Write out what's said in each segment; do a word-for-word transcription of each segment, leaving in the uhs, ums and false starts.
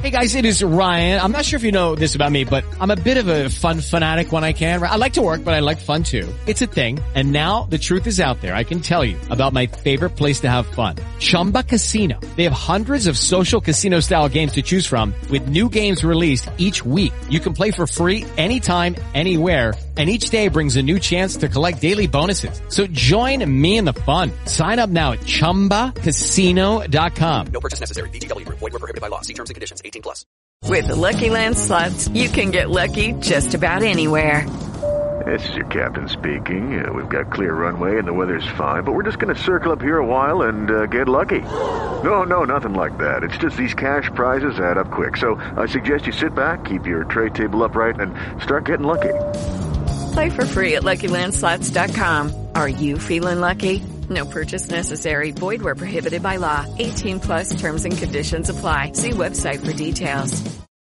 Hey guys, it is Ryan. I'm not sure if you know this about me, but I'm a bit of a fun fanatic when I can. I like to work, but I like fun too. It's a thing. And now the truth is out there. I can tell you about my favorite place to have fun. Chumba Casino. They have hundreds of social casino style games to choose from with new games released each week. You can play for free anytime, anywhere. And each day brings a new chance to collect daily bonuses. So join me in the fun. Sign up now at chumba casino dot com. No purchase necessary. V G W Group. Void where prohibited by law. See terms and conditions. eighteen plus. With the Lucky Land Slots, you can get lucky just about anywhere. This is your captain speaking. Uh, we've got clear runway and the weather's fine, but we're just going to circle up here a while and uh, get lucky. No, no, nothing like that. It's just these cash prizes add up quick. So I suggest you sit back, keep your tray table upright, and start getting lucky. Play for free at lucky land slots dot com. Are you feeling lucky? No purchase necessary. Void where prohibited by law. eighteen plus terms and conditions apply. See website for details.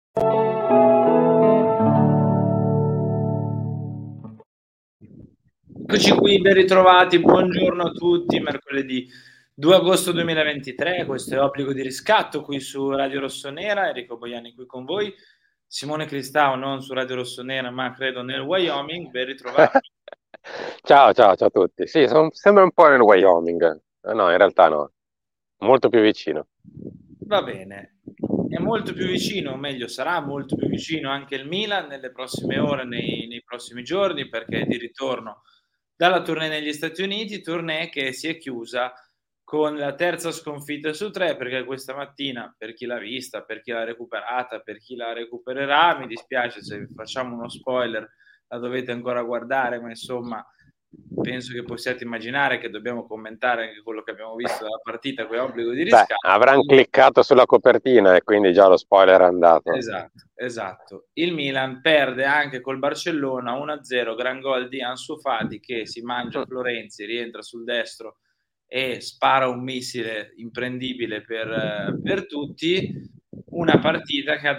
Eccoci qui, ben ritrovati, buongiorno a tutti, mercoledì due agosto duemilaventitré, questo è Obbligo di riscatto qui su Radio Rossonera, Enrico Boiani qui con voi, Simone Cristau non su Radio Rossonera ma credo nel Wyoming, ben ritrovati. Ciao, ciao, ciao a tutti. Sì, son- sembra un po' nel Wyoming. Eh, No, in realtà no, molto più vicino. Va bene, è molto più vicino, o meglio sarà molto più vicino anche il Milan nelle prossime ore, nei, nei prossimi giorni, perché è di ritorno dalla tournée negli Stati Uniti, tournée che si è chiusa con la terza sconfitta su tre, perché questa mattina, per chi l'ha vista, per chi l'ha recuperata, per chi la recupererà, mi dispiace se vi facciamo uno spoiler, la dovete ancora guardare, ma insomma penso che possiate immaginare che dobbiamo commentare anche quello che abbiamo visto dalla partita, con obbligo di Beh, riscatto. avranno cliccato sulla copertina e quindi già lo spoiler è andato. Esatto, esatto. Il Milan perde anche col Barcellona uno a zero, gran gol di Ansu Fati che si mangia Florenzi, rientra sul destro e spara un missile imprendibile per, eh, per tutti. Una partita che ha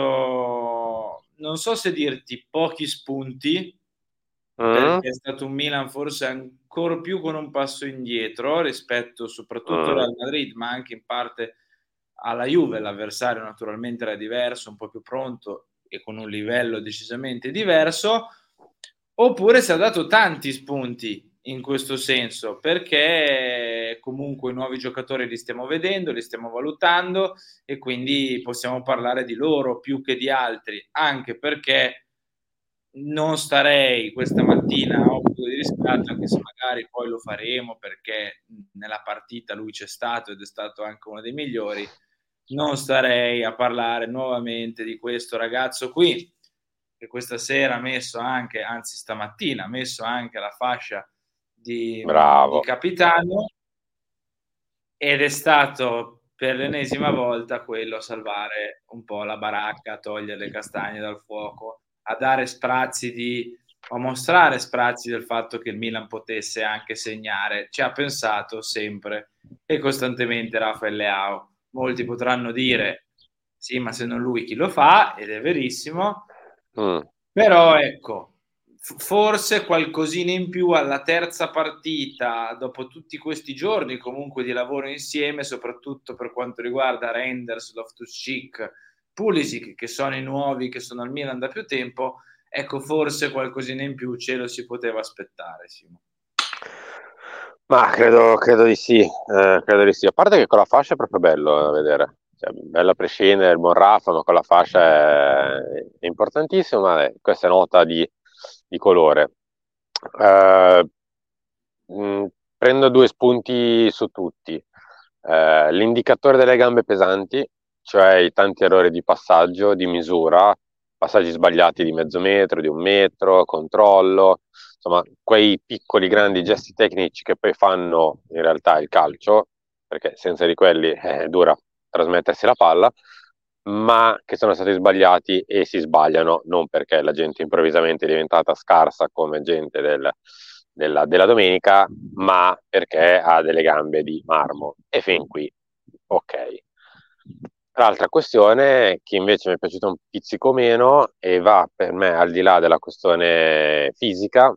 dato, non so se dirti, pochi spunti, Mm? perché è stato un Milan forse ancora più con un passo indietro rispetto soprattutto Mm. al Madrid, ma anche in parte alla Juve. L'avversario naturalmente era diverso, un po' più pronto e con un livello decisamente diverso, oppure si è dato tanti spunti in questo senso, perché comunque i nuovi giocatori li stiamo vedendo, li stiamo valutando e quindi possiamo parlare di loro più che di altri, anche perché non starei questa mattina a obbligo di riscatto, anche se magari poi lo faremo perché nella partita lui c'è stato ed è stato anche uno dei migliori. Non starei a parlare nuovamente di questo ragazzo qui, che questa sera ha messo anche, anzi stamattina ha messo anche la fascia di, Bravo. di capitano, ed è stato per l'ennesima volta quello a salvare un po' la baracca, a togliere le castagne dal fuoco, a dare sprazzi di, a mostrare sprazzi del fatto che il Milan potesse anche segnare. Ci ha pensato sempre e costantemente Rafael Leao. Molti potranno dire sì, ma se non lui chi lo fa, ed è verissimo. Mm. Però ecco, f- forse qualcosina in più alla terza partita, dopo tutti questi giorni comunque di lavoro insieme, soprattutto per quanto riguarda Reinders, Loftus-Cheek, Pulisic, che sono i nuovi, che sono al Milan da più tempo, ecco, forse qualcosina in più ce lo si poteva aspettare, Simo. Ma credo, credo di sì, eh, credo di sì. A parte che con la fascia è proprio bello da vedere. Cioè, bello a prescindere, il buon Rafa, ma con la fascia è, è importantissimo, ma è- questa è nota di, di colore. Eh, mh, Prendo due spunti su tutti. Eh, l'indicatore delle gambe pesanti, cioè i tanti errori di passaggio, di misura, passaggi sbagliati di mezzo metro, di un metro, controllo, insomma, quei piccoli grandi gesti tecnici che poi fanno in realtà il calcio, perché senza di quelli è dura trasmettersi la palla, ma che sono stati sbagliati e si sbagliano, non perché la gente improvvisamente è diventata scarsa come gente del- della, della domenica, ma perché ha delle gambe di marmo. E fin qui, ok. L'altra questione che invece mi è piaciuta un pizzico meno e va per me al di là della questione fisica,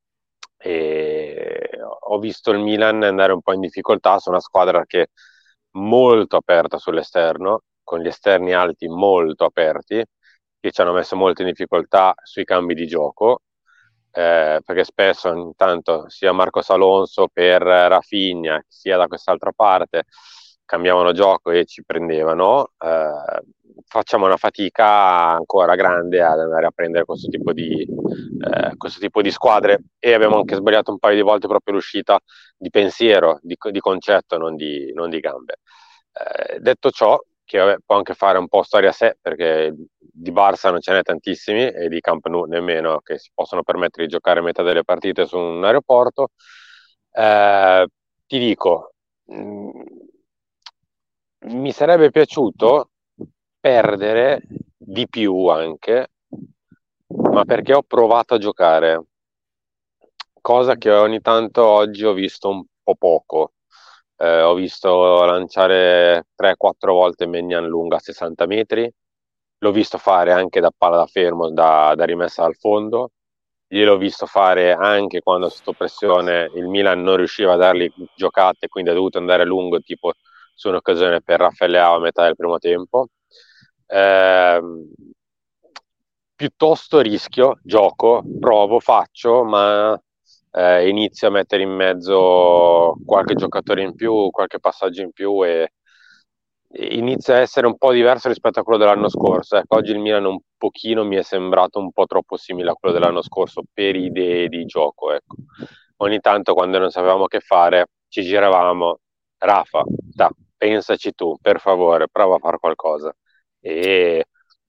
e ho visto il Milan andare un po' in difficoltà su una squadra che è molto aperta sull'esterno, con gli esterni alti molto aperti, che ci hanno messo molto in difficoltà sui cambi di gioco, eh, perché spesso intanto sia Marcos Alonso per Rafinha sia da quest'altra parte cambiavano gioco e ci prendevano. Eh, facciamo una fatica ancora grande ad andare a prendere questo tipo di eh, questo tipo di squadre, e abbiamo anche sbagliato un paio di volte proprio l'uscita di pensiero, di, di concetto, non di, non di gambe. Eh, detto ciò, che vabbè, può anche fare un po' storia a sé, perché di Barça non ce n'è tantissimi e di Camp Nou nemmeno, che si possono permettere di giocare metà delle partite su un aeroporto. Eh, ti dico, mh, mi sarebbe piaciuto perdere di più anche, ma perché ho provato a giocare, cosa che ogni tanto oggi ho visto un po' poco. Eh, ho visto lanciare tre quattro volte Maignan lunga a sessanta metri, l'ho visto fare anche da palla da fermo, da, da rimessa al fondo, gliel'ho visto fare anche quando sotto pressione il Milan non riusciva a dargli giocate, quindi ha dovuto andare lungo, tipo su un'occasione per Rafael Leao a metà del primo tempo. Eh, piuttosto rischio, gioco, provo, faccio, ma eh, inizio a mettere in mezzo qualche giocatore in più, qualche passaggio in più, e, e inizia a essere un po' diverso rispetto a quello dell'anno scorso. Ecco, oggi il Milan un pochino mi è sembrato un po' troppo simile a quello dell'anno scorso per idee di gioco. Ecco. Ogni tanto quando non sapevamo che fare ci giravamo, Rafa, da, pensaci tu, per favore, prova a fare qualcosa. E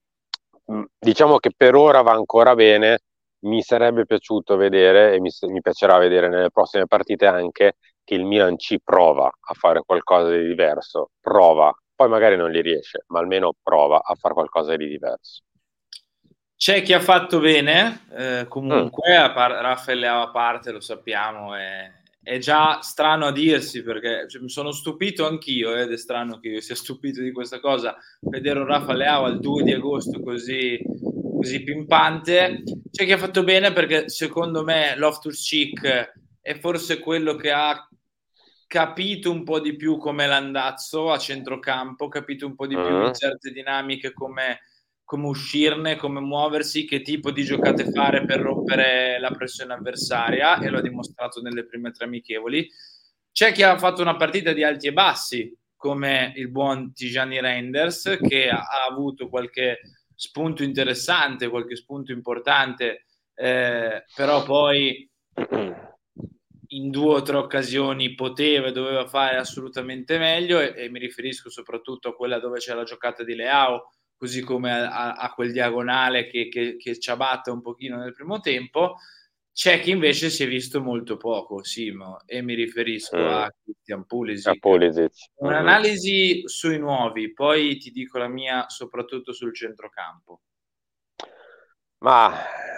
diciamo che per ora va ancora bene. Mi sarebbe piaciuto vedere, e mi, mi piacerà vedere nelle prossime partite anche, che il Milan ci prova a fare qualcosa di diverso, prova, poi magari non gli riesce, ma almeno prova a fare qualcosa di diverso. C'è chi ha fatto bene, eh, comunque, Mm. a par- Raffaele a parte, lo sappiamo, è, è già strano a dirsi, perché cioè, mi sono stupito anch'io, ed è strano che io sia stupito di questa cosa, vedere un Rafa Leao al due di agosto così, così pimpante. C'è chi ha fatto bene perché secondo me Loftus-Cheek è forse quello che ha capito un po' di più come l'andazzo a centrocampo, capito un po' di più in Mm. certe dinamiche come, come uscirne, come muoversi, che tipo di giocate fare per rompere la pressione avversaria, e lo ha dimostrato nelle prime tre amichevoli. C'è chi ha fatto una partita di alti e bassi, come il buon Tijani Reinders, che ha, ha avuto qualche spunto interessante, qualche spunto importante, eh, però poi in due o tre occasioni poteva e doveva fare assolutamente meglio, e, e mi riferisco soprattutto a quella dove c'è la giocata di Leao, così come a, a, a quel diagonale che, che, che ciabatta un pochino nel primo tempo. C'è chi invece si è visto molto poco, Simo, e mi riferisco Mm. a Christian A Pulisic. Pulisic. Mm. Un'analisi sui nuovi, poi ti dico la mia soprattutto sul centrocampo. Ma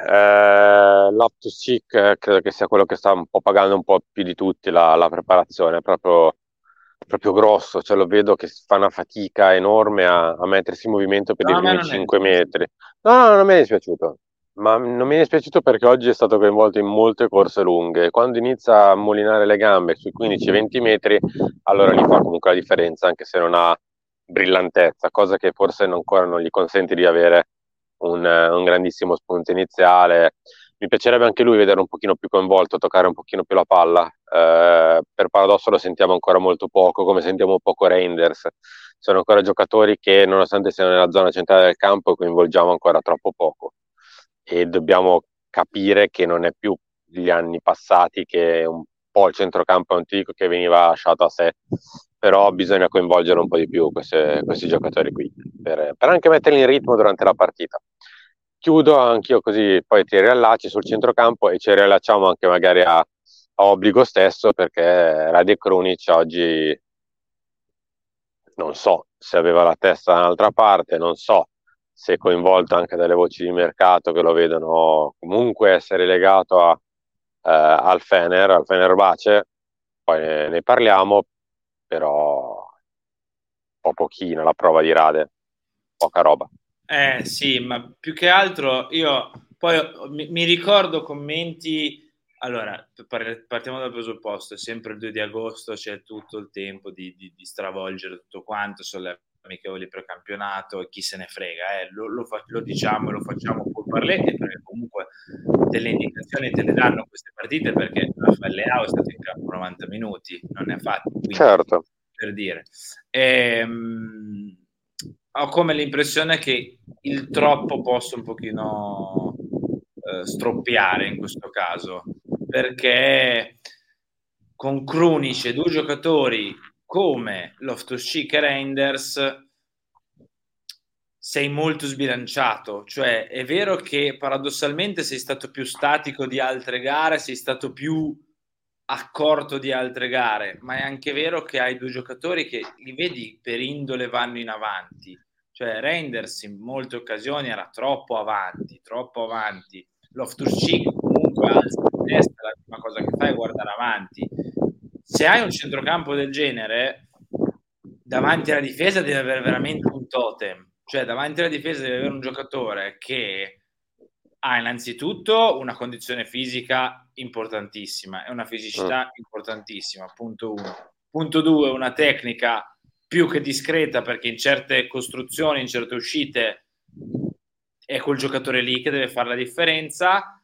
eh, Loftus-Cheek credo che sia quello che sta un po' pagando un po' più di tutti la, la preparazione, è proprio, proprio grosso, cioè lo vedo che fa una fatica enorme a, a mettersi in movimento per No, i a me primi non è cinque dispiaciuto. metri. No, no, non mi è dispiaciuto, ma non mi è dispiaciuto perché oggi è stato coinvolto in molte corse lunghe. Quando inizia a molinare le gambe sui quindici venti metri, allora gli fa comunque la differenza, anche se non ha brillantezza, cosa che forse ancora non gli consente di avere un, un grandissimo spunto iniziale. Mi piacerebbe anche lui vedere un pochino più coinvolto, toccare un pochino più la palla. Eh, per paradosso lo sentiamo ancora molto poco, come sentiamo poco Reinders. Sono ancora giocatori che, nonostante siano nella zona centrale del campo, coinvolgiamo ancora troppo poco. E dobbiamo capire che non è più gli anni passati, che un po' il centrocampo antico che veniva lasciato a sé, però bisogna coinvolgere un po' di più queste, questi giocatori qui, per, per anche metterli in ritmo durante la partita. Chiudo anch'io, così poi ti riallacci sul centrocampo e ci riallacciamo anche magari a, a Obbligo stesso, perché Radek Krunic oggi non so se aveva la testa da un'altra parte, non so se è coinvolto anche dalle voci di mercato che lo vedono comunque essere legato a, eh, al Fener, al Fenerbahce, poi ne, ne parliamo, però un po' pochino la prova di Rade, poca roba. Eh sì, ma più che altro io poi mi, mi ricordo commenti. Allora, par- partiamo dal presupposto, è sempre il due di agosto, c'è tutto il tempo di, di- di stravolgere tutto quanto, sollevare amichevoli precampionato e chi se ne frega, eh. lo, lo, fa, lo diciamo e lo facciamo con Parletti, perché comunque delle indicazioni te le danno queste partite, perché Rafael Leao è stato in campo novanta minuti, non ne ha fatti, quindi, certo. per dire. Ehm, ho come l'impressione che il troppo possa un pochino eh, stroppiare in questo caso, perché con Krunic e due giocatori come Loftus-Cheek e Reinders sei molto sbilanciato. Cioè è vero che paradossalmente sei stato più statico di altre gare, sei stato più accorto di altre gare, ma è anche vero che hai due giocatori che li vedi per indole vanno in avanti. Cioè Reinders in molte occasioni era troppo avanti, troppo avanti. Loftus-Cheek comunque alza la testa, la prima cosa che fai è guardare avanti. Se hai un centrocampo del genere, davanti alla difesa devi avere veramente un totem. Cioè davanti alla difesa devi avere un giocatore che ha innanzitutto una condizione fisica importantissima e una fisicità mm. importantissima, punto uno. Punto due, una tecnica più che discreta, perché in certe costruzioni, in certe uscite è quel giocatore lì che deve fare la differenza,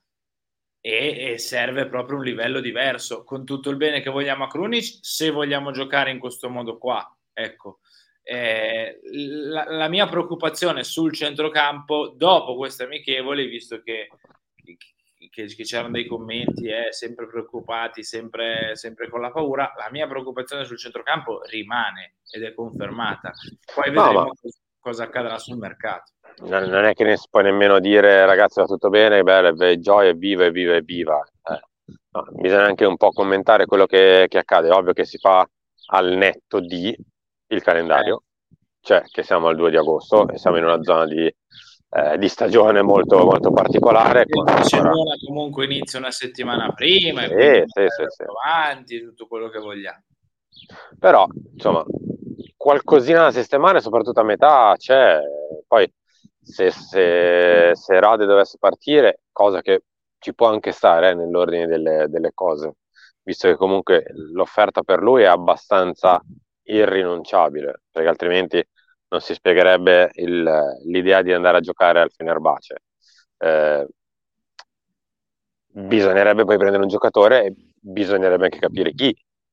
e, e serve proprio un livello diverso. Con tutto il bene che vogliamo a Krunic, se vogliamo giocare in questo modo qua, ecco. Eh, la, la mia preoccupazione sul centrocampo dopo queste amichevoli, visto che, che, che c'erano dei commenti eh, sempre preoccupati, sempre, sempre con la paura, la mia preoccupazione sul centrocampo rimane ed è confermata. Poi vedremo no, ma... cosa, cosa accadrà sul mercato. Non è che ne si può nemmeno dire ragazzi va tutto bene, beh, gioia, viva e viva e viva. Eh, no, bisogna anche un po' commentare quello che, che accade. È ovvio che si fa al netto di il calendario, eh. cioè che siamo al due di agosto e siamo in una zona di, eh, di stagione molto, molto particolare. C'è una comunque inizia una settimana prima sì, e sì, sì, sì. avanti, tutto quello che vogliamo. Però insomma qualcosina da sistemare, soprattutto a metà c'è. Poi se, se, se Rade dovesse partire, cosa che ci può anche stare eh, nell'ordine delle, delle cose, visto che comunque l'offerta per lui è abbastanza irrinunciabile, perché altrimenti non si spiegherebbe il, l'idea di andare a giocare al Fenerbahce. Eh, bisognerebbe poi prendere un giocatore e bisognerebbe anche capire chi,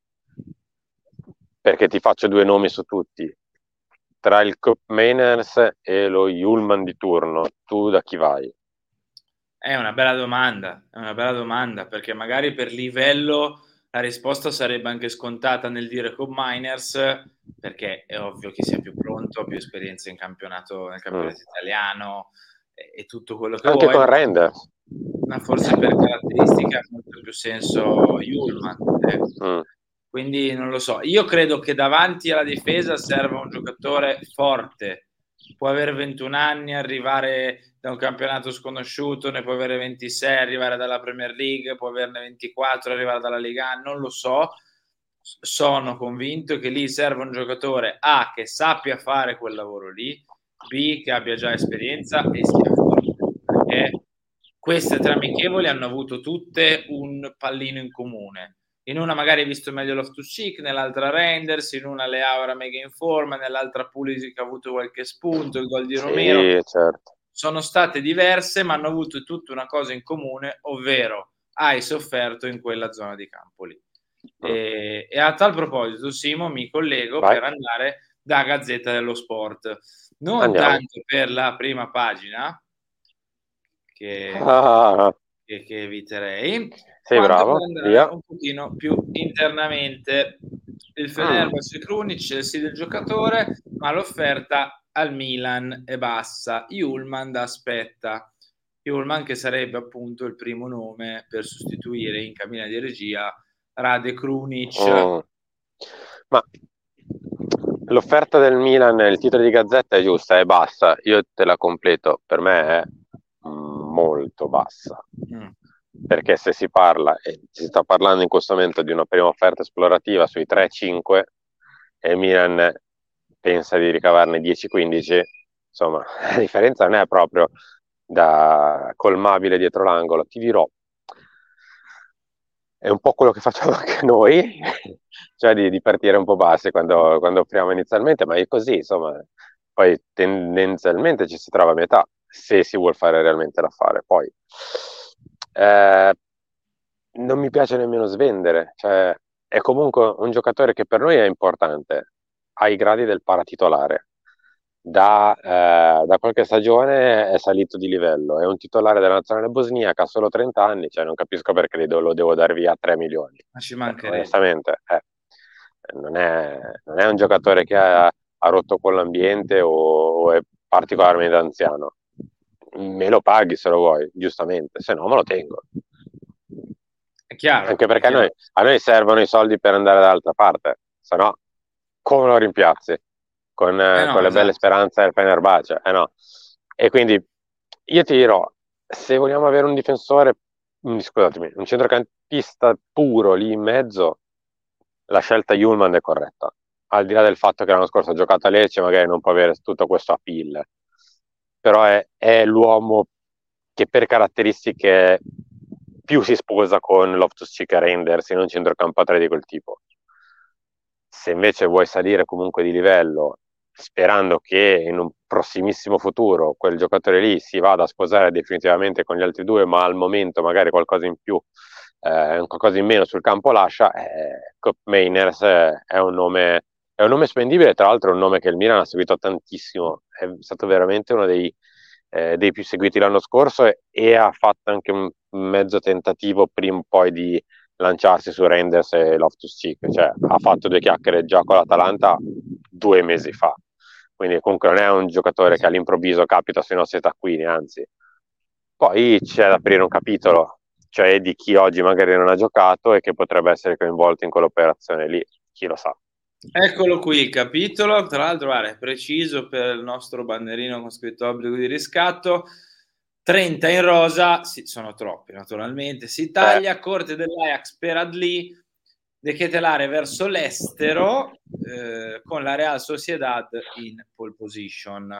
perché ti faccio due nomi su tutti, tra il Koopmeiners e lo Ullman di turno, tu da chi vai? È una bella domanda, è una bella domanda, perché magari per livello la risposta sarebbe anche scontata nel dire Koopmeiners, perché è ovvio che sia più pronto, più esperienza in campionato, nel campionato mm. italiano e, e tutto quello che anche vuoi. Anche con Reinders. Ma forse per caratteristica ha molto più senso Ullman. Eh. Mm. Quindi non lo so. Io credo che davanti alla difesa serva un giocatore forte. Può avere ventuno anni, arrivare da un campionato sconosciuto, ne può avere ventisei, arrivare dalla Premier League, può averne ventiquattro, arrivare dalla Liga, non lo so. Sono convinto che lì serve un giocatore A, che sappia fare quel lavoro lì, B, che abbia già esperienza e sia forte. Perché queste tre amichevoli hanno avuto tutte un pallino in comune. In una magari hai visto meglio Loftus-Cheek, nell'altra Reinders, in una Leao era mega in forma, nell'altra Pulisic ha avuto qualche spunto, il gol di Romero. Sì, certo. Sono state diverse, ma hanno avuto tutta una cosa in comune, ovvero hai sofferto in quella zona di campo lì. Mm. E, e a tal proposito, Simo, mi collego Vai. per andare da Gazzetta dello Sport. Non Andiamo. tanto per la prima pagina, che, ah. che, che eviterei, sei bravo, via. Un pochino più internamente. Il Fenerbahce, mm. Krunic, il sì del giocatore, ma l'offerta al Milan è bassa. Ullman aspetta. Ullman che sarebbe appunto il primo nome per sostituire in cabina di regia Rade Krunic. Oh. Ma l'offerta del Milan, il titolo di Gazzetta è giusta, è bassa. Io te la completo, per me è molto bassa. Mm. Perché se si parla, e si sta parlando in questo momento di una prima offerta esplorativa sui tre cinque e Milan pensa di ricavarne dieci quindici, insomma la differenza non è proprio da colmabile dietro l'angolo. Ti dirò, è un po' quello che facciamo anche noi, cioè di, di partire un po' bassi quando, quando offriamo inizialmente, ma è così, insomma, poi tendenzialmente ci si trova a metà se si vuol fare realmente l'affare. Poi eh, non mi piace nemmeno svendere, cioè è comunque un giocatore che per noi è importante, ai gradi del paratitolare. Da, eh, da qualche stagione è salito di livello, è un titolare della nazionale bosniaca, ha solo trenta anni, cioè non capisco perché lo lo devo dar via tre milioni. Ma ci Cioè, mancherebbe. onestamente, eh, non è, non è un giocatore che ha, ha rotto con l'ambiente o, o è particolarmente anziano. Me lo paghi se lo vuoi, giustamente, se no me lo tengo. È chiaro. Anche perché è a noi, chiaro. a noi servono i soldi per andare dall'altra parte, se no come lo rimpiazzi? Con, eh, Eh no, con le belle esatto. speranze del Fenerbahce, eh no. E quindi io ti dirò, se vogliamo avere un difensore, mm, scusatemi, un centrocampista puro lì in mezzo, la scelta Hjulmand è corretta. Al di là del fatto che l'anno scorso ha giocato a Lecce, magari non può avere tutto questo appeal, però è, è l'uomo che per caratteristiche più si sposa con Loftus-Cheek e Reinders in un centrocampo a tre di quel tipo. Se invece vuoi salire comunque di livello, sperando che in un prossimissimo futuro quel giocatore lì si vada a sposare definitivamente con gli altri due, ma al momento magari qualcosa in più, eh, qualcosa in meno sul campo lascia, eh, Koop Meiners è un nome, è un nome spendibile, tra l'altro è un nome che il Milan ha seguito tantissimo, è stato veramente uno dei, eh, dei più seguiti l'anno scorso e, e ha fatto anche un mezzo tentativo prima o poi di lanciarsi su Reinders e Loftus-Cheek, cioè ha fatto due chiacchiere già con l'Atalanta due mesi fa, quindi comunque non è un giocatore che all'improvviso capita sui nostri taccuini, anzi. Poi c'è da aprire un capitolo, cioè di chi oggi magari non ha giocato e che potrebbe essere coinvolto in quell'operazione lì, chi lo sa. Eccolo qui il capitolo, tra l'altro guarda, è preciso per il nostro bannerino con scritto obbligo di riscatto, trenta in rosa, sì, sono troppi naturalmente, si taglia, corte dell'Ajax per Adli, De Ketelare verso l'estero, eh, con la Real Sociedad in pole position.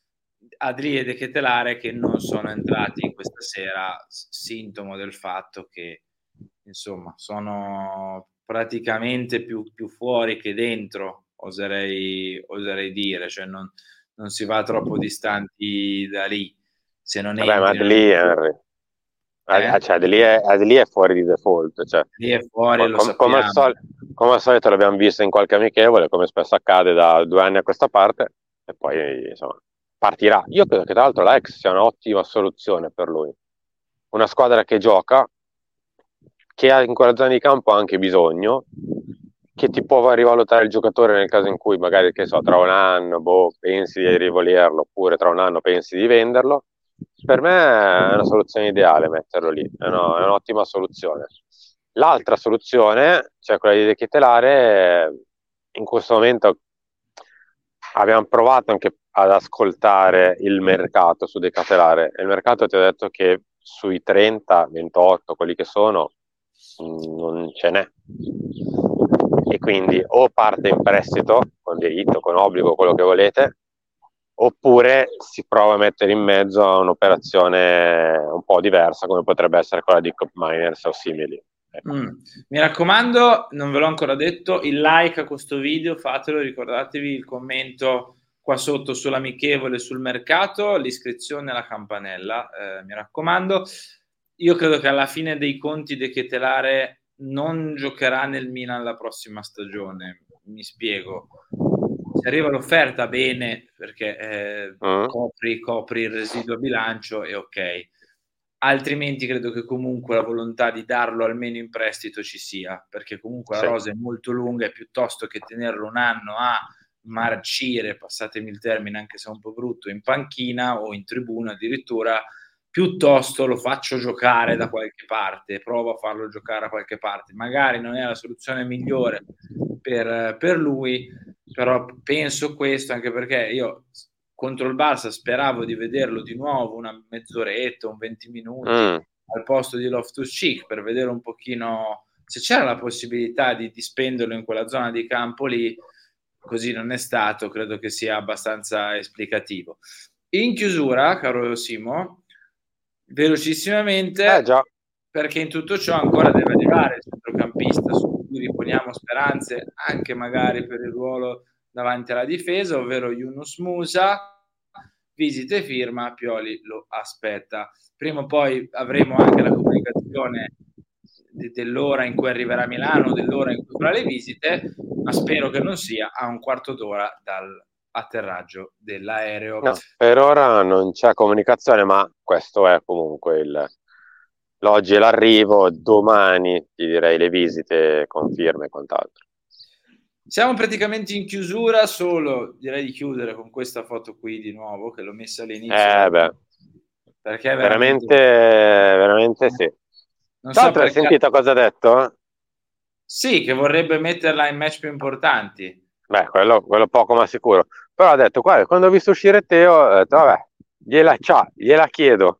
Adli e De Ketelare che non sono entrati in questa sera, sintomo del fatto che insomma sono praticamente più, più fuori che dentro, oserei, oserei dire, cioè non, non si va troppo distanti da lì, se non Vabbè, ma entri Adli, non... Henry. eh? Cioè, Adli è, Adli è fuori di default, cioè, Lì è fuori, lo com- come, al sappiamo. sol- come al solito l'abbiamo visto in qualche amichevole, come spesso accade da due anni a questa parte, e poi insomma partirà. Io credo che tra l'altro l'Ajax sia un'ottima soluzione per lui. Una squadra che gioca, che ha in quella zona di campo anche bisogno, che ti può rivalutare il giocatore nel caso in cui magari, che so, tra un anno boh, pensi di rivolerlo, oppure tra un anno pensi di venderlo. Per me è una soluzione ideale metterlo lì, è, no, è un'ottima soluzione. L'altra soluzione, cioè quella di De Ketelare, in questo momento abbiamo provato anche ad ascoltare il mercato su De Ketelare, e il mercato ti ha detto che sui trenta ventotto, quelli che sono, non ce n'è, e quindi o parte in prestito con diritto, con obbligo, quello che volete, oppure si prova a mettere in mezzo a un'operazione un po' diversa come potrebbe essere quella di Koop Meiners o simili. Ecco. Mm. Mi raccomando, non ve l'ho ancora detto, il like a questo video, fatelo, ricordatevi il commento qua sotto sull'amichevole, sul mercato, l'iscrizione alla campanella, eh, mi raccomando. Io credo che alla fine dei conti De Ketelare non giocherà nel Milan la prossima stagione, mi spiego. Se arriva l'offerta bene, perché eh, Mm. copri, copri il residuo a bilancio e ok. Altrimenti credo che comunque la volontà di darlo almeno in prestito ci sia, perché comunque Sì. la rosa è molto lunga e piuttosto che tenerlo un anno a marcire, passatemi il termine anche se è un po' brutto, in panchina o in tribuna addirittura, piuttosto lo faccio giocare da qualche parte, provo a farlo giocare da qualche parte. Magari non è la soluzione migliore per, per lui, però penso questo anche perché io contro il Barça speravo di vederlo di nuovo una mezz'oretta, un venti minuti Mm. al posto di Loftus-Cheek per vedere un pochino se c'era la possibilità di, di spenderlo in quella zona di campo lì. Così non è stato, credo che sia abbastanza esplicativo. In chiusura, caro Simo, velocissimamente, Eh già. perché in tutto ciò ancora deve arrivare il centrocampista su cui riponiamo speranze, anche magari per il ruolo davanti alla difesa, ovvero Yunus Musa. Visita e firma, Pioli lo aspetta. Prima o poi avremo anche la comunicazione de- dell'ora in cui arriverà a Milano, dell'ora in cui farà le visite, ma spero che non sia a un quarto d'ora dall'atterraggio dell'aereo. No, per ora non c'è comunicazione, ma questo è comunque il... L'oggi è l'arrivo, domani ti direi le visite, conferme e quant'altro. Siamo praticamente in chiusura, solo direi di chiudere con questa foto qui di nuovo, che l'ho messa all'inizio. Eh beh, perché è veramente, veramente, veramente sì. non Tra so l'altro hai perché... sentito cosa ha detto? Sì, che vorrebbe metterla in match più importanti. Beh, quello, quello poco ma sicuro. Però ha detto, guarda, quando ho visto uscire Teo, ho detto, vabbè, gliela, c'ha, gliela chiedo.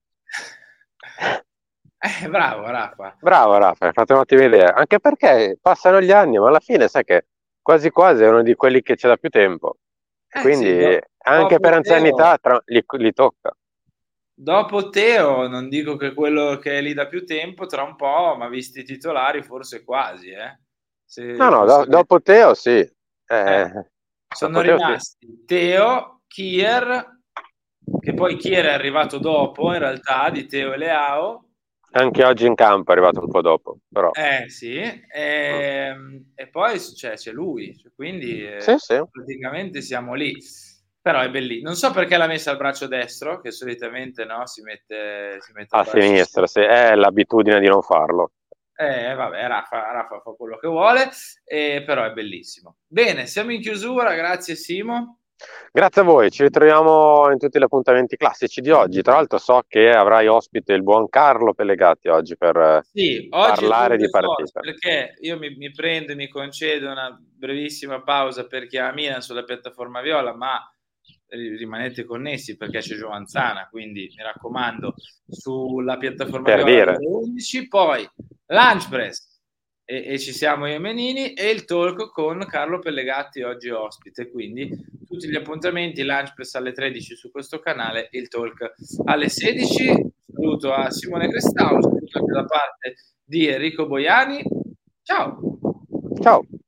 Eh, bravo Rafa. Bravo Rafa, hai fatto un'ottima idea. Anche perché passano gli anni, ma alla fine sai che quasi quasi è uno di quelli che c'è da più tempo. Eh, Quindi sì, do- anche per dopo anzianità Teo, tra- gli, gli tocca. dopo Teo, non dico che quello che è lì da più tempo, tra un po', ma visti i titolari, forse quasi, eh. No, Se no, do- fosse... dopo Teo sì. Eh, eh, sono dopo Teo sì. rimasti Teo, Kier, che poi Kier è arrivato dopo, in realtà, di Teo e Leao. Anche oggi in campo è arrivato un po' dopo, però. Eh sì, e, e poi cioè, c'è lui, cioè, quindi eh, Sì, sì. praticamente siamo lì. Però è bellissimo. Non so perché l'ha messa al braccio destro, che solitamente no, si mette, si mette al A braccio sinistra, sì. sinistro. È l'abitudine di non farlo. Eh, vabbè, Rafa, Rafa fa quello che vuole, eh, però è bellissimo. Bene, siamo in chiusura, grazie Simo. Grazie a voi, ci ritroviamo in tutti gli appuntamenti classici di oggi. Tra l'altro so che avrai ospite il buon Carlo Pellegatti oggi per eh, Sì, oggi parlare di due cose, partita. perché io mi, mi prendo e mi concedo una brevissima pausa per chi ha Milan sulla piattaforma Viola, ma rimanete connessi perché c'è Giovanzana, quindi mi raccomando, sulla piattaforma Per Viola dire. alle undici, poi Lunch Press e, e ci siamo io e Menini e il talk con Carlo Pellegatti oggi ospite, quindi tutti gli appuntamenti, Lunch Press alle tredici su questo canale, il talk alle sedici. Saluto a Simone Crestau, saluto anche da parte di Enrico Boiani. Ciao! Ciao!